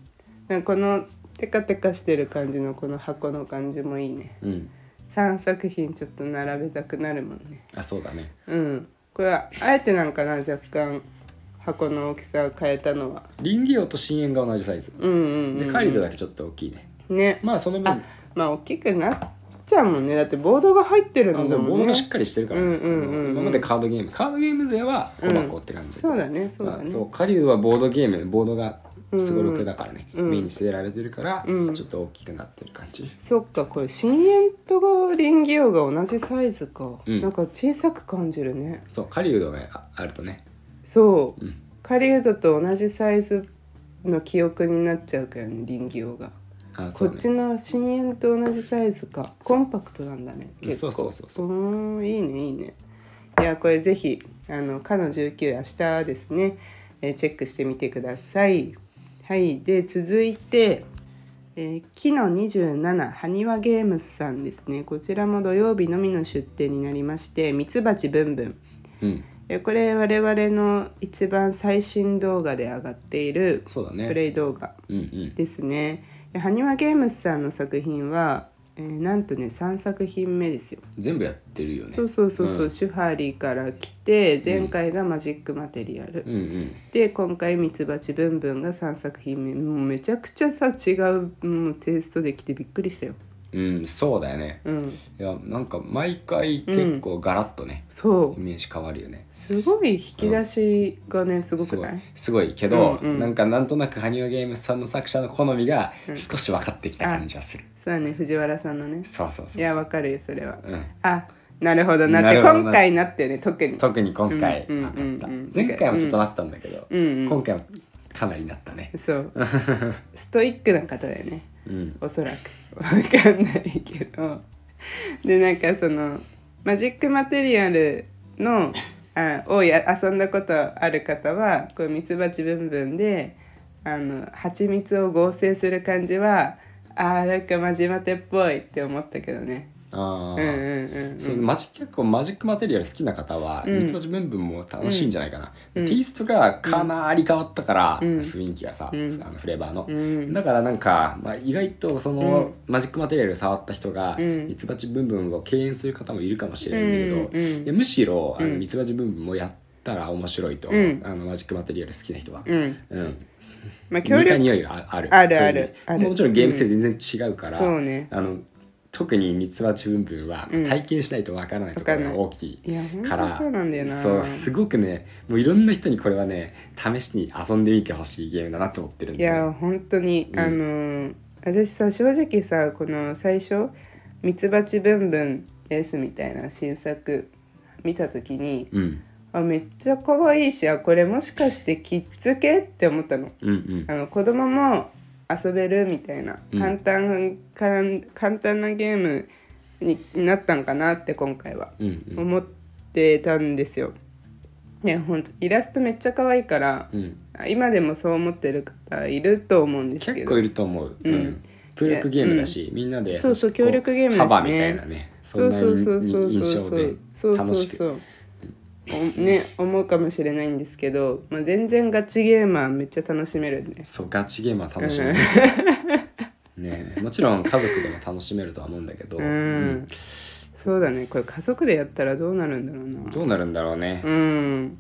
[SPEAKER 2] なんかこのテカテカしてる感じのこの箱の感じもいいね。
[SPEAKER 1] うん。
[SPEAKER 2] さんさく品ちょっと並べたくなるもんね。
[SPEAKER 1] あ、そうだね。
[SPEAKER 2] うん。これはあえてなんかな、若干箱の大きさを変えたのは。
[SPEAKER 1] リンギオと深淵が同じサイズ。
[SPEAKER 2] うんうんうんうん、
[SPEAKER 1] でカリドだけちょっと大きいね。
[SPEAKER 2] ね。
[SPEAKER 1] まあその分。
[SPEAKER 2] あ、まあ大きくなっちゃうもんね。だってボードが入ってるんだもんね。
[SPEAKER 1] ボードがしっかりしてるからね。
[SPEAKER 2] うんうんうんうん、
[SPEAKER 1] 今までカードゲームカードゲーム勢は小箱って感じ、
[SPEAKER 2] うん、そうだねそうだね、
[SPEAKER 1] まあ、そうカリドはボードゲームボードがすごろくだからね、
[SPEAKER 2] うん、
[SPEAKER 1] メインに据えられてるから、うん、ちょっと大きくなってる感じ。
[SPEAKER 2] そっか、これ深淵とリンギオが同じサイズか、うん、なんか小さく感じるね。
[SPEAKER 1] そうカリウドが あ, あるとね。
[SPEAKER 2] そう、うん、カリウドと同じサイズの記憶になっちゃうからね、リンギオが。ああ、ね、こっちの深淵と同じサイズか。コンパクトなんだね結構。
[SPEAKER 1] そうそうそうそう。
[SPEAKER 2] うん、いいねいいね。いやこれぜひあのかのじゅうきゅう明日ですね、えー、チェックしてみてください。はい。で続いて、えー、キノにじゅうななはにわゲームスさんですね。こちらも土曜日のみの出店になりまして、ミツバチブンブン、うん、えこれ我々の一番最新動画で上がっているプレイ動画ですね。はにわゲームスさんの作品は、えー、なんとねさんさく品目ですよ。
[SPEAKER 1] 全部やってるよね。
[SPEAKER 2] そうそうそうそう、うん、シュハリから来て前回がマジックマテリアル、
[SPEAKER 1] うんうんうん、で
[SPEAKER 2] 今回ミツバチブンブンがさんさく品目。もうめちゃくちゃさ違う、もうテイストで来てびっくりしたよ。
[SPEAKER 1] うん、そうだよね、うん、いやなんか毎回結構ガラッとね、うん、そうイメージ変わるよね。
[SPEAKER 2] すごい引き出しがね、うん、すごくない？
[SPEAKER 1] すごい、すごいけど、うんうん、なんかなんとなくはにわゲームさんの作者の好みが少し分かってきた感じはする、
[SPEAKER 2] うん、そうだね、藤原さんのね。
[SPEAKER 1] そうそうそうそう、
[SPEAKER 2] いや分かるよそれは、
[SPEAKER 1] うん、
[SPEAKER 2] あ、なるほどなって今回なってね、特に
[SPEAKER 1] 特に今回分かった、うんうんうん、前回もちょっとなったんだけど、うんうん、今回はかなりなったね。
[SPEAKER 2] そうストイックな方だよね、うん、おそらく分かんないけどでなんかそのマジックマテリアルのあをや遊んだことある方はこうミツバチブンブンであの蜂蜜を合成する感じはあーなんかマジマテっぽいって思ったけどね。
[SPEAKER 1] あ、うんうんうんうん、そのマジ結構マジックマテリアル好きな方はミツバチブンブンも楽しいんじゃないかな、うん、テイストがかなり変わったから、うん、雰囲気がさ、うん、あのフレーバーの、うん、だからなんか、まあ、意外とその、うん、マジックマテリアル触った人がミツバチブンブンを敬遠する方もいるかもしれないんだけど、うんうん、むしろあのミツバチブンブンもやったら面白いと思う、うん、あのマジックマテリアル好きな人は、うんうんまあ、似た匂いがある
[SPEAKER 2] あるあるある、
[SPEAKER 1] もちろんゲーム性全然違うから、
[SPEAKER 2] そうね、
[SPEAKER 1] あの特にミツバチブンブンは体験しないとわからないところが大きいから、うん、いや
[SPEAKER 2] そうなんだよな。
[SPEAKER 1] そうすごくね、もういろんな人にこれはね試しに遊んでみてほしいゲームだなと思ってるんで、ね、
[SPEAKER 2] いや本当に、うん、あの私さ正直さこの最初ミツバチブンブンですみたいな新作見た時に、うん、あめっちゃ可愛いし、あこれもしかしてキッズ系って思ったの、うんうん、あの子供も遊べるみたいな簡単、うん、簡単なゲームになったんかなって今回は思ってたんですよ。ね、ほんとイラストめっちゃ可愛いから、うん、今でもそう思ってる方いると思うんですけど、
[SPEAKER 1] 結構いると思う、うんうん、協力ゲームだし、うん、みんなで
[SPEAKER 2] そうそう協力ゲームだしね、
[SPEAKER 1] 幅みたいなね、そんな印象で楽しく
[SPEAKER 2] ね、思うかもしれないんですけど、まあ、全然ガチゲーマーめっちゃ楽しめるんで。
[SPEAKER 1] そうガチゲーマー楽しめる、ね、もちろん家族でも楽しめるとは思うんだけど、うんうん、
[SPEAKER 2] そうだね、これ家族でやったらどうなるんだろうな。
[SPEAKER 1] どうなるんだろうね、
[SPEAKER 2] うん、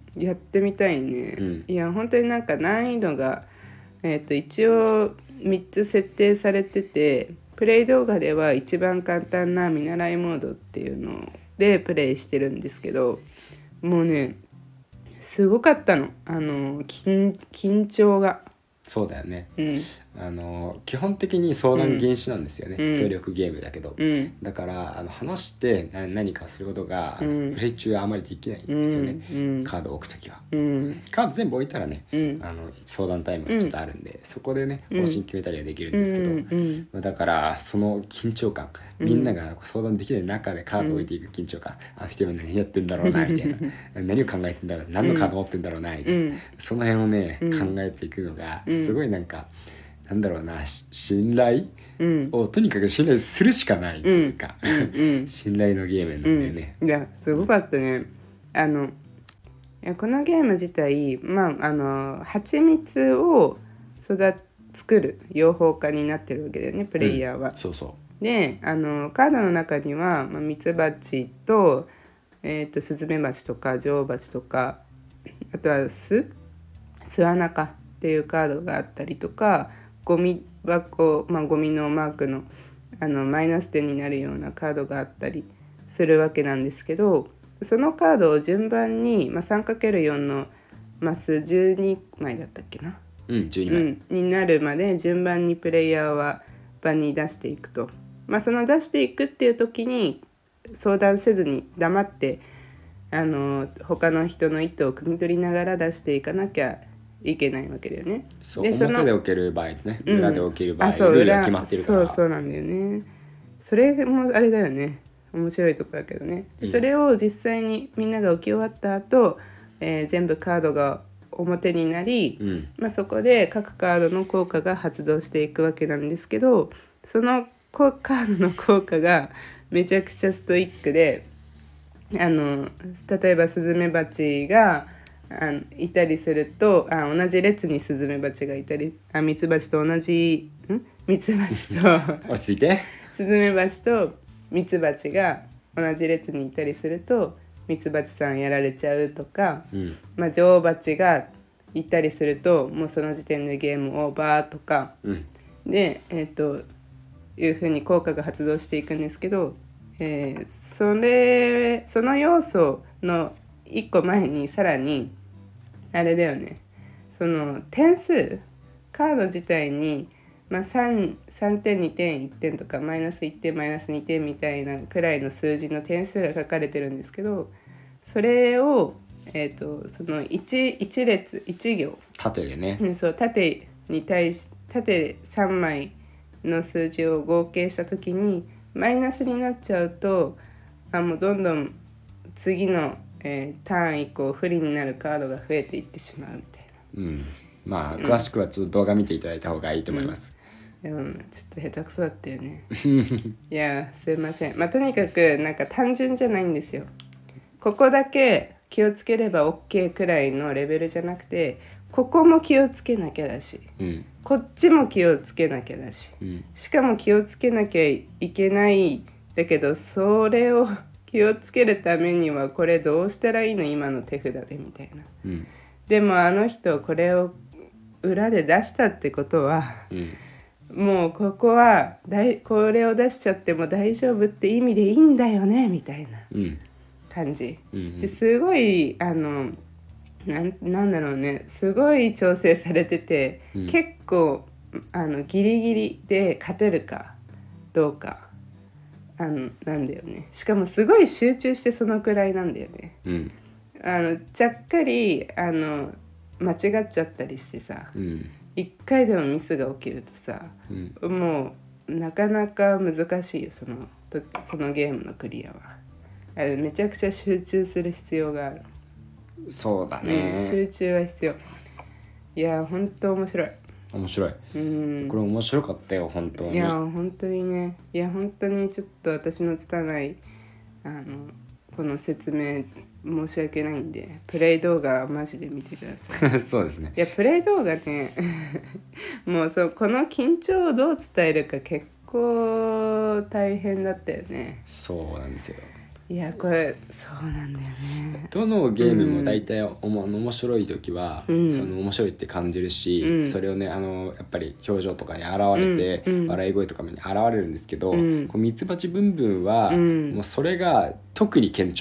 [SPEAKER 2] やってみたいね、うん、いや本当になんか難易度が、えーと、一応みっつ設定されてて、プレイ動画では一番簡単な見習いモードっていうのでプレイしてるんですけど、もうねすごかったの、あの 緊, 緊張が。
[SPEAKER 1] そうだよね、
[SPEAKER 2] うん、
[SPEAKER 1] あの基本的に相談禁止なんですよね、
[SPEAKER 2] うん、
[SPEAKER 1] 協力ゲームだけど、
[SPEAKER 2] うん、
[SPEAKER 1] だからあの話して何何かすることが、うん、プレイ中はあまりできないんですよね、うん、カードを置くときは、うん、カード全部置いたらね、うん、あの相談タイムがちょっとあるんで、うん、そこでね方針決めたりはできるんですけど、うんうん、だからその緊張感、みんなが相談できない中でカードを置いていく緊張感、うん、あの人は何やってんだろうなみたいな何を考えてんだろう、何のカード持ってんだろうなみたいな、うん、その辺をね、うん、考えていくのがすごいなんか、なんだろうな、信頼をとにかく信頼するしかないというか、うんうん、信頼のゲームなんだよね、
[SPEAKER 2] うん、いやすごかったね、うん、あのいやこのゲーム自体、まああの蜂蜜を育作る養蜂家になってるわけだよね、プレイヤーは、
[SPEAKER 1] うん、そうそう
[SPEAKER 2] で、あのカードの中には、まあ、ミツバチと、えーと、スズメバチとか女王バチとか、あとは巣巣穴かっていうカードがあったりとか、ゴミ箱、まあ、ゴミのマークの、あのマイナス点になるようなカードがあったりするわけなんですけど、そのカードを順番に、まあ、さんかけるよん のマスじゅうにまいだったっけな、
[SPEAKER 1] うん、じゅうにまい、うん、
[SPEAKER 2] になるまで順番にプレイヤーは場に出していくと、まあ、その出していくっていう時に相談せずに黙ってあの他の人の意図を汲み取りながら出していかなきゃいけないわけだよね。
[SPEAKER 1] そう、で表で置ける場合とね、うん、裏で置ける場合、ルールが決まってるから。
[SPEAKER 2] そうそうなんだよね。それもあれだよね、面白いとこだけどね、うん、それを実際にみんなが置き終わった後、えー、全部カードが表になり、うんまあ、そこで各カードの効果が発動していくわけなんですけど、そのカードの効果がめちゃくちゃストイックで、あの例えばスズメバチがあいたりすると、あ同じ列にスズメバチがいたり、あミツバチと同じんミツバチと
[SPEAKER 1] 落ち着いて
[SPEAKER 2] スズメバチとミツバチが同じ列にいたりするとミツバチさんやられちゃうとか、うんまあ、女王バチがいたりするともうその時点でゲームオーバーとか、うん、で、えー、というふうに効果が発動していくんですけど、えー、それその要素のいっこまえにさらにあれだよね、その点数カード自体に、まあ、3, さんてんにてんいってんとかマイナスいってんマイナスにてんみたいなくらいの数字の点数が書かれてるんですけど、それを、えー、とその 1, 1列いち行
[SPEAKER 1] 縦でね、
[SPEAKER 2] うん、そう縦に対し縦さんまいの数字を合計した時にマイナスになっちゃうと、あもうどんどん次の、えー、ターン以降不利になるカードが増えていってしまうみたいな、うん、
[SPEAKER 1] まあ詳しくはちょっと動画見ていただいた方がいいと思います、
[SPEAKER 2] うんうん、でもちょっと下手くそだったよねいやすいません、まあ、とにかくなんか単純じゃないんですよ。ここだけ気をつければ OK くらいのレベルじゃなくて、ここも気をつけなきゃだし、うん、こっちも気をつけなきゃだし、うん、しかも気をつけなきゃいけないだけど、それを気をつけるためにはこれどうしたらいいの今の手札でみたいな、うん、でもあの人これを裏で出したってことは、うん、もうここはだいこれを出しちゃっても大丈夫って意味でいいんだよねみたいな感じ、うんうん、ですごいあのな ん, なんだろうねすごい調整されてて、うん、結構あのギリギリで勝てるかどうかあのなんだよね。しかもすごい集中してそのくらいなんだよね、うん、あのちゃっかりあの間違っちゃったりしてさ、うん、いっかいでもミスが起きるとさ、うん、もうなかなか難しいよ、そのそのゲームのクリアは。あれめちゃくちゃ集中する必要がある。
[SPEAKER 1] そうだね、
[SPEAKER 2] うん、集中は必要。いや本当面白い
[SPEAKER 1] 面白い、うん、これ面白かったよ本当に。
[SPEAKER 2] いや本当にね、いや本当にちょっと私の拙いあのこの説明申し訳ないんで、プレイ動画マジで見てください
[SPEAKER 1] そうですね。
[SPEAKER 2] いやプレイ動画ねもうそうこの緊張をどう伝えるか結構大変だったよね。
[SPEAKER 1] そうなんですよ。
[SPEAKER 2] いやこれそうなんだよね。
[SPEAKER 1] どのゲームも大体おも、うん、面白い時は、うん、その面白いって感じるし、うん、それをねあのやっぱり表情とかに現れて、うん、笑い声とかに現れるんですけど、うん、こうミツバチブンブンは、うん、もうそれが特に顕著。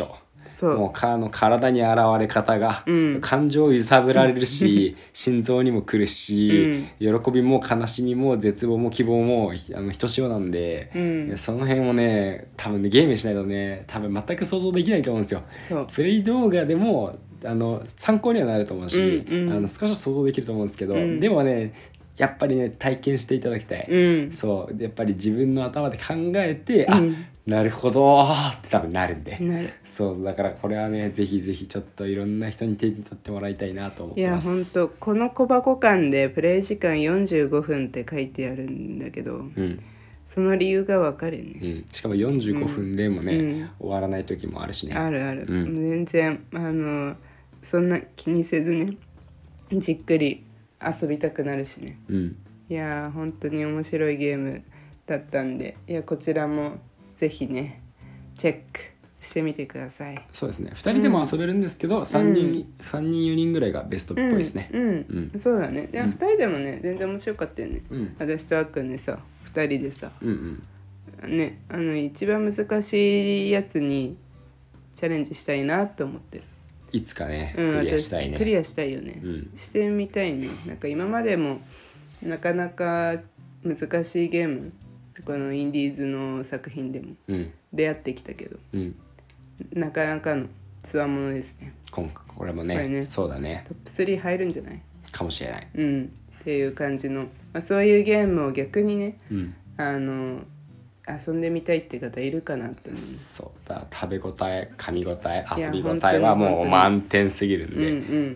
[SPEAKER 2] そう
[SPEAKER 1] もうかあの体に現れ方が、
[SPEAKER 2] うん、
[SPEAKER 1] 感情を揺さぶられるし心臓にも来るし、うん、喜びも悲しみも絶望も希望もあのひとしおなんで、うん、その辺もね多分ねゲームしないとね多分全く想像できないと思うんですよ。
[SPEAKER 2] そう
[SPEAKER 1] プレイ動画でもあの参考にはなると思うし、
[SPEAKER 2] うんうん、
[SPEAKER 1] あの少し想像できると思うんですけど、うん、でもねやっぱりね体験していただきたい、
[SPEAKER 2] うん、
[SPEAKER 1] そうやっぱり自分の頭で考えて、うん、あなるほどって多分なるんで、
[SPEAKER 2] なる
[SPEAKER 1] そうだからこれはねぜひぜひちょっといろんな人に手に取ってもらいたいなと思ってます。
[SPEAKER 2] いやほんとこの小箱間でプレイ時間よんじゅうごふんって書いてあるんだけど、うん、その理由がわかるね、
[SPEAKER 1] うん、しかもよんじゅうごふんでもね、うん、終わらない時もあるしね。
[SPEAKER 2] あるある、うん、全然あのそんな気にせずねじっくり遊びたくなるしね、
[SPEAKER 1] うん、
[SPEAKER 2] いや本当に面白いゲームだったんで、いやこちらもぜひねチェックしてみてください。
[SPEAKER 1] そうですねふたりでも遊べるんですけど、うん、さんにん、さんにんよにんぐらいがベストっぽいですね。
[SPEAKER 2] うん、うんうん、そうだね。でもふたりでもね全然面白かったよね、うん、私とあっくんでさふたりでさ、
[SPEAKER 1] うん
[SPEAKER 2] うん、ねあの一番難しいやつにチャレンジしたいなと思ってる。
[SPEAKER 1] いつかね
[SPEAKER 2] ク
[SPEAKER 1] リアしたいね、うん、
[SPEAKER 2] クリアしたいよね、うん、してみたいね。なんか今までもなかなか難しいゲームこのインディーズの作品でも出会ってきたけど、
[SPEAKER 1] うん、
[SPEAKER 2] なかなかのつわものですね。
[SPEAKER 1] 今回これも ね, これねそうだね
[SPEAKER 2] トップスリー入るんじゃない
[SPEAKER 1] かもしれない、
[SPEAKER 2] うん、っていう感じの、まあ、そういうゲームを逆にね、
[SPEAKER 1] うん、
[SPEAKER 2] あの遊んでみたいって方いるかなって思う。
[SPEAKER 1] そうだ食べ応え噛み応え遊び応えはもう満点すぎるんで、うんうん、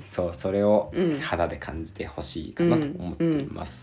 [SPEAKER 1] そうそれを肌で感じてほしいかなと思っています、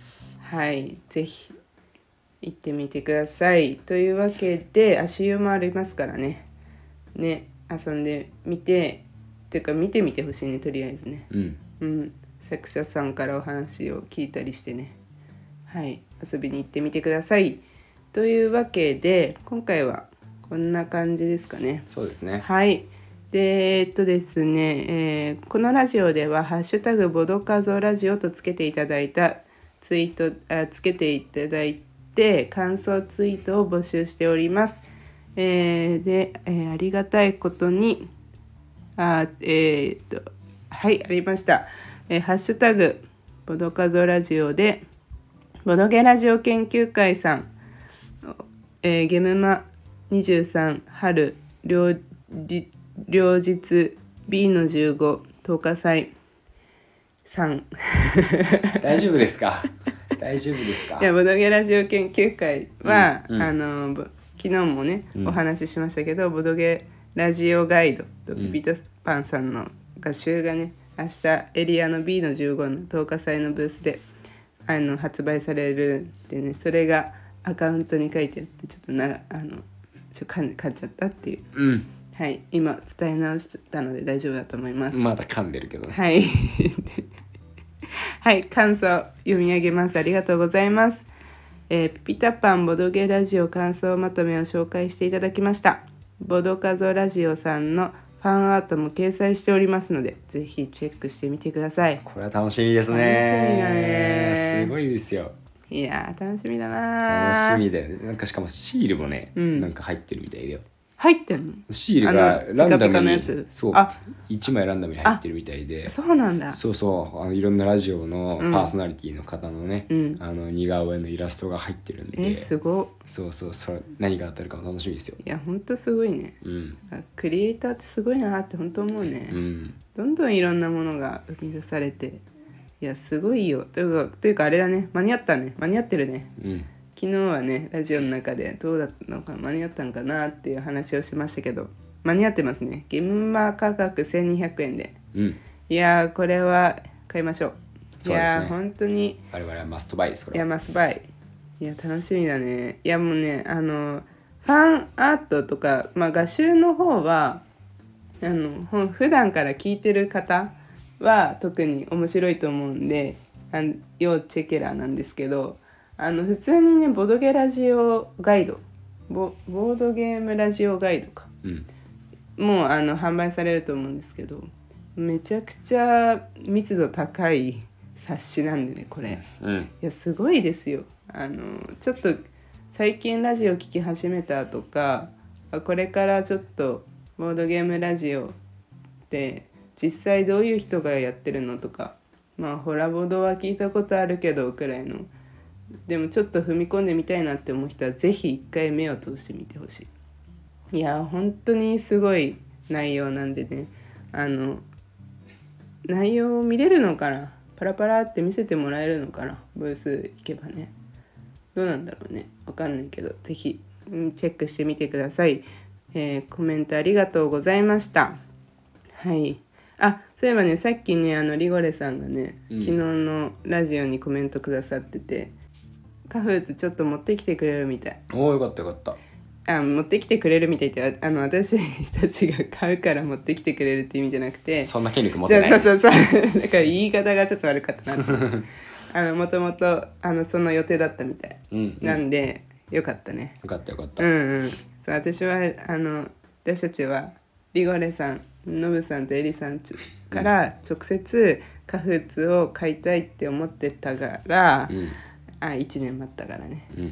[SPEAKER 2] うんうん、はいぜひ行ってみてください。というわけで足湯もありますからねね遊んでみてっていうか見てみてほしいねとりあえずね、
[SPEAKER 1] うん
[SPEAKER 2] うん、作者さんからお話を聞いたりしてね、はい遊びに行ってみてください。というわけで今回はこんな感じですかね。
[SPEAKER 1] そうですね。
[SPEAKER 2] はいでえっとですね、えー、このラジオではハッシュタグボドカゾラジオとつけていただいたツイートあつけていただいて感想ツイートを募集しております。えー、で、えー、ありがたいことにあえー、っとはいありました、えー、ハッシュタグボドカゾラジオでボドゲラジオ研究会さん、えー、ゲムマにじゅうさん春両両日 ビーのじゅうご とおか祭さん
[SPEAKER 1] 大丈夫ですか大丈夫ですか。
[SPEAKER 2] いやボドゲラジオ研究会は、うんうん、あの昨日もね、うん、お話ししましたけどボドゲラジオガイドとビビタパンさんの画集がね明日エリアの ビーのじゅうごのとおか祭のブースであの発売されるんでね、それがアカウントに書いてあってちょっとなあのちょ噛ん噛んじゃったっていう、
[SPEAKER 1] うん、
[SPEAKER 2] はい今伝え直したので大丈夫だと思います。
[SPEAKER 1] まだ噛んでるけどね。
[SPEAKER 2] はいはい感想読み上げます。ありがとうございます。えー、ピピタパンボドゲラジオ感想まとめを紹介していただきました。ボドカゾラジオさんのファンアートも掲載しておりますのでぜひチェックしてみてください。
[SPEAKER 1] これは楽しみですね。
[SPEAKER 2] 楽しみだね。
[SPEAKER 1] すごいですよ。
[SPEAKER 2] いや楽しみだな。
[SPEAKER 1] 楽しみだよね。なんかしかもシールもね、うん、なんか入ってるみたいだよ。
[SPEAKER 2] 入ってんの？
[SPEAKER 1] シールがランダムに
[SPEAKER 2] ピカピカのやつ
[SPEAKER 1] そうあいちまいランダムに入ってるみたいで。
[SPEAKER 2] そうなんだ。
[SPEAKER 1] そうそうあのいろんなラジオのパーソナリティの方のね、うん、あの似顔絵のイラストが入ってるんで。
[SPEAKER 2] えすご
[SPEAKER 1] そうそうそれ何が当たるかも楽しみですよ。
[SPEAKER 2] いやほんとすごいね、
[SPEAKER 1] うん、
[SPEAKER 2] クリエイターってすごいなって本当思うね、
[SPEAKER 1] うん、
[SPEAKER 2] どんどんいろんなものが生み出されていやすごいよというか、というかあれだね間に合ったね間に合ってるね、
[SPEAKER 1] うん
[SPEAKER 2] 昨日はねラジオの中でどうだったのか間に合ったのかなっていう話をしましたけど間に合ってますね。ゲームマ価格せんにひゃくえんで、
[SPEAKER 1] うん、
[SPEAKER 2] いやーこれは買いましょう。
[SPEAKER 1] そうですね、いやー
[SPEAKER 2] 本当に
[SPEAKER 1] 我々はマストバイです。これはい
[SPEAKER 2] やマストバイいや楽しみだね。いやもうねあのファンアートとか、まあ、画集の方はあの普段から聞いてる方は特に面白いと思うんであの要チェケラーなんですけどあの普通にねボドゲラジオガイド ボ, ボードゲームラジオガイドか、
[SPEAKER 1] うん、
[SPEAKER 2] もうあの販売されると思うんですけどめちゃくちゃ密度高い冊子なんでねこれ、
[SPEAKER 1] うん、
[SPEAKER 2] いやすごいですよ。あのちょっと最近ラジオ聞き始めたとかこれからちょっとボードゲームラジオって実際どういう人がやってるのとか、まあホラボドは聞いたことあるけどくらいの、でもちょっと踏み込んでみたいなって思う人はぜひ一回目を通してみてほしい。いや本当にすごい内容なんでね、あの内容を見れるのかな、パラパラって見せてもらえるのかな、ブース行けばね、どうなんだろうね、わかんないけどぜひチェックしてみてください。えー、コメントありがとうございました。はい、あ、そういえばね、さっきねあのリゴレさんがね、うん、昨日のラジオにコメントくださってて、カフーツちょっと持ってきてくれるみたい。
[SPEAKER 1] おー、よかったよかった。
[SPEAKER 2] あ、持ってきてくれるみたいって、あの私たちが買うから持ってきてくれるって意味じゃなくて、
[SPEAKER 1] そんな権力持ってない。
[SPEAKER 2] そうそうそうそうだから言い方がちょっと悪かったなってあのもともとあのその予定だったみたい、うんうん、なんでよかったね。
[SPEAKER 1] よかったよかった。
[SPEAKER 2] うんうん。そう、私はあの私たちはリゴレさん、ノブさんとエリさんから直接カフーツを買いたいって思ってたから、うん、あ、いちねん待ったからね、うん、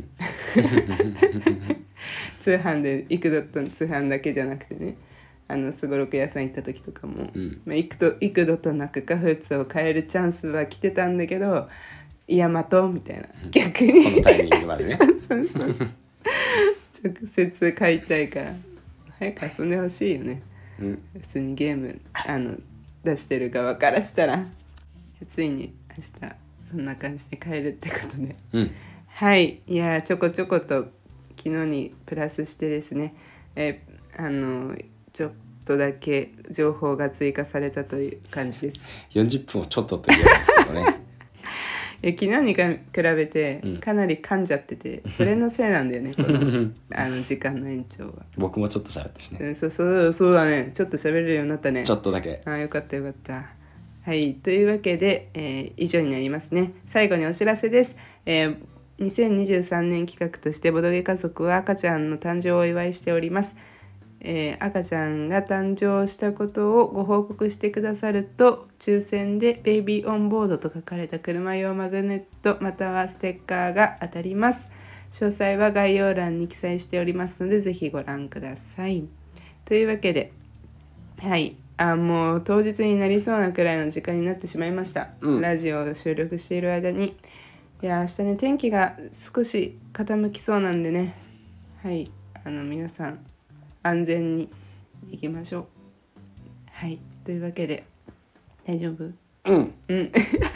[SPEAKER 2] 通販で幾度と通販だけじゃなくてね、あのすごろく屋さん行った時とかも、うんまあ、幾度幾度となくカフーツを買えるチャンスは来てたんだけど、いや待とうみたいな、逆に
[SPEAKER 1] このタイミングまでね
[SPEAKER 2] そうそうそう直接買いたいから早く遊んでほしいよね、うん、普通にゲームあの出してる側からしたらついに明日そんな感じで買えるってことで、うん、はい、いやちょこちょこと昨日にプラスしてですね、えあのちょっとだけ情報が追加されたという感じです。
[SPEAKER 1] よんじゅっぷんをちょっとと言うんですけどね
[SPEAKER 2] え昨日に比べてかなり噛んじゃってて、うん、それのせいなんだよねこのあの時間の延長は。
[SPEAKER 1] 僕もちょっと喋ったしね、
[SPEAKER 2] うん、そうそうそうだね、ちょっと喋れるようになったね、
[SPEAKER 1] ちょっとだけ。
[SPEAKER 2] あ、よかったよかった。はい、というわけで、えー、以上になりますね。最後にお知らせです。えー、にせんにじゅうさんねん企画としてボドゲ家族は赤ちゃんの誕生をお祝いしております。えー、赤ちゃんが誕生したことをご報告してくださると抽選でベイビーオンボードと書かれた車用マグネットまたはステッカーが当たります。詳細は概要欄に記載しておりますのでぜひご覧ください。というわけで、はい、あもう当日になりそうなくらいの時間になってしまいました、うん、ラジオを収録している間に。いや明日ね天気が少し傾きそうなんでね、はい、あの皆さん安全に行きましょう。はい、というわけで大丈夫？うんうん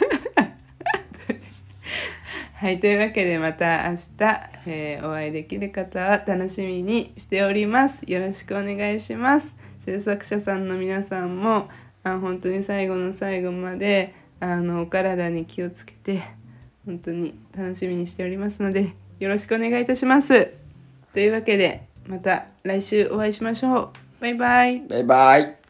[SPEAKER 2] はい、というわけでまた明日、えー、お会いできる方は楽しみにしております。よろしくお願いします。制作者さんの皆さんもあ本当に最後の最後まであのお体に気をつけて本当に楽しみにしておりますのでよろしくお願いいたします。というわけでまた来週お会いしましょう。バイバイ。
[SPEAKER 1] バイバイ。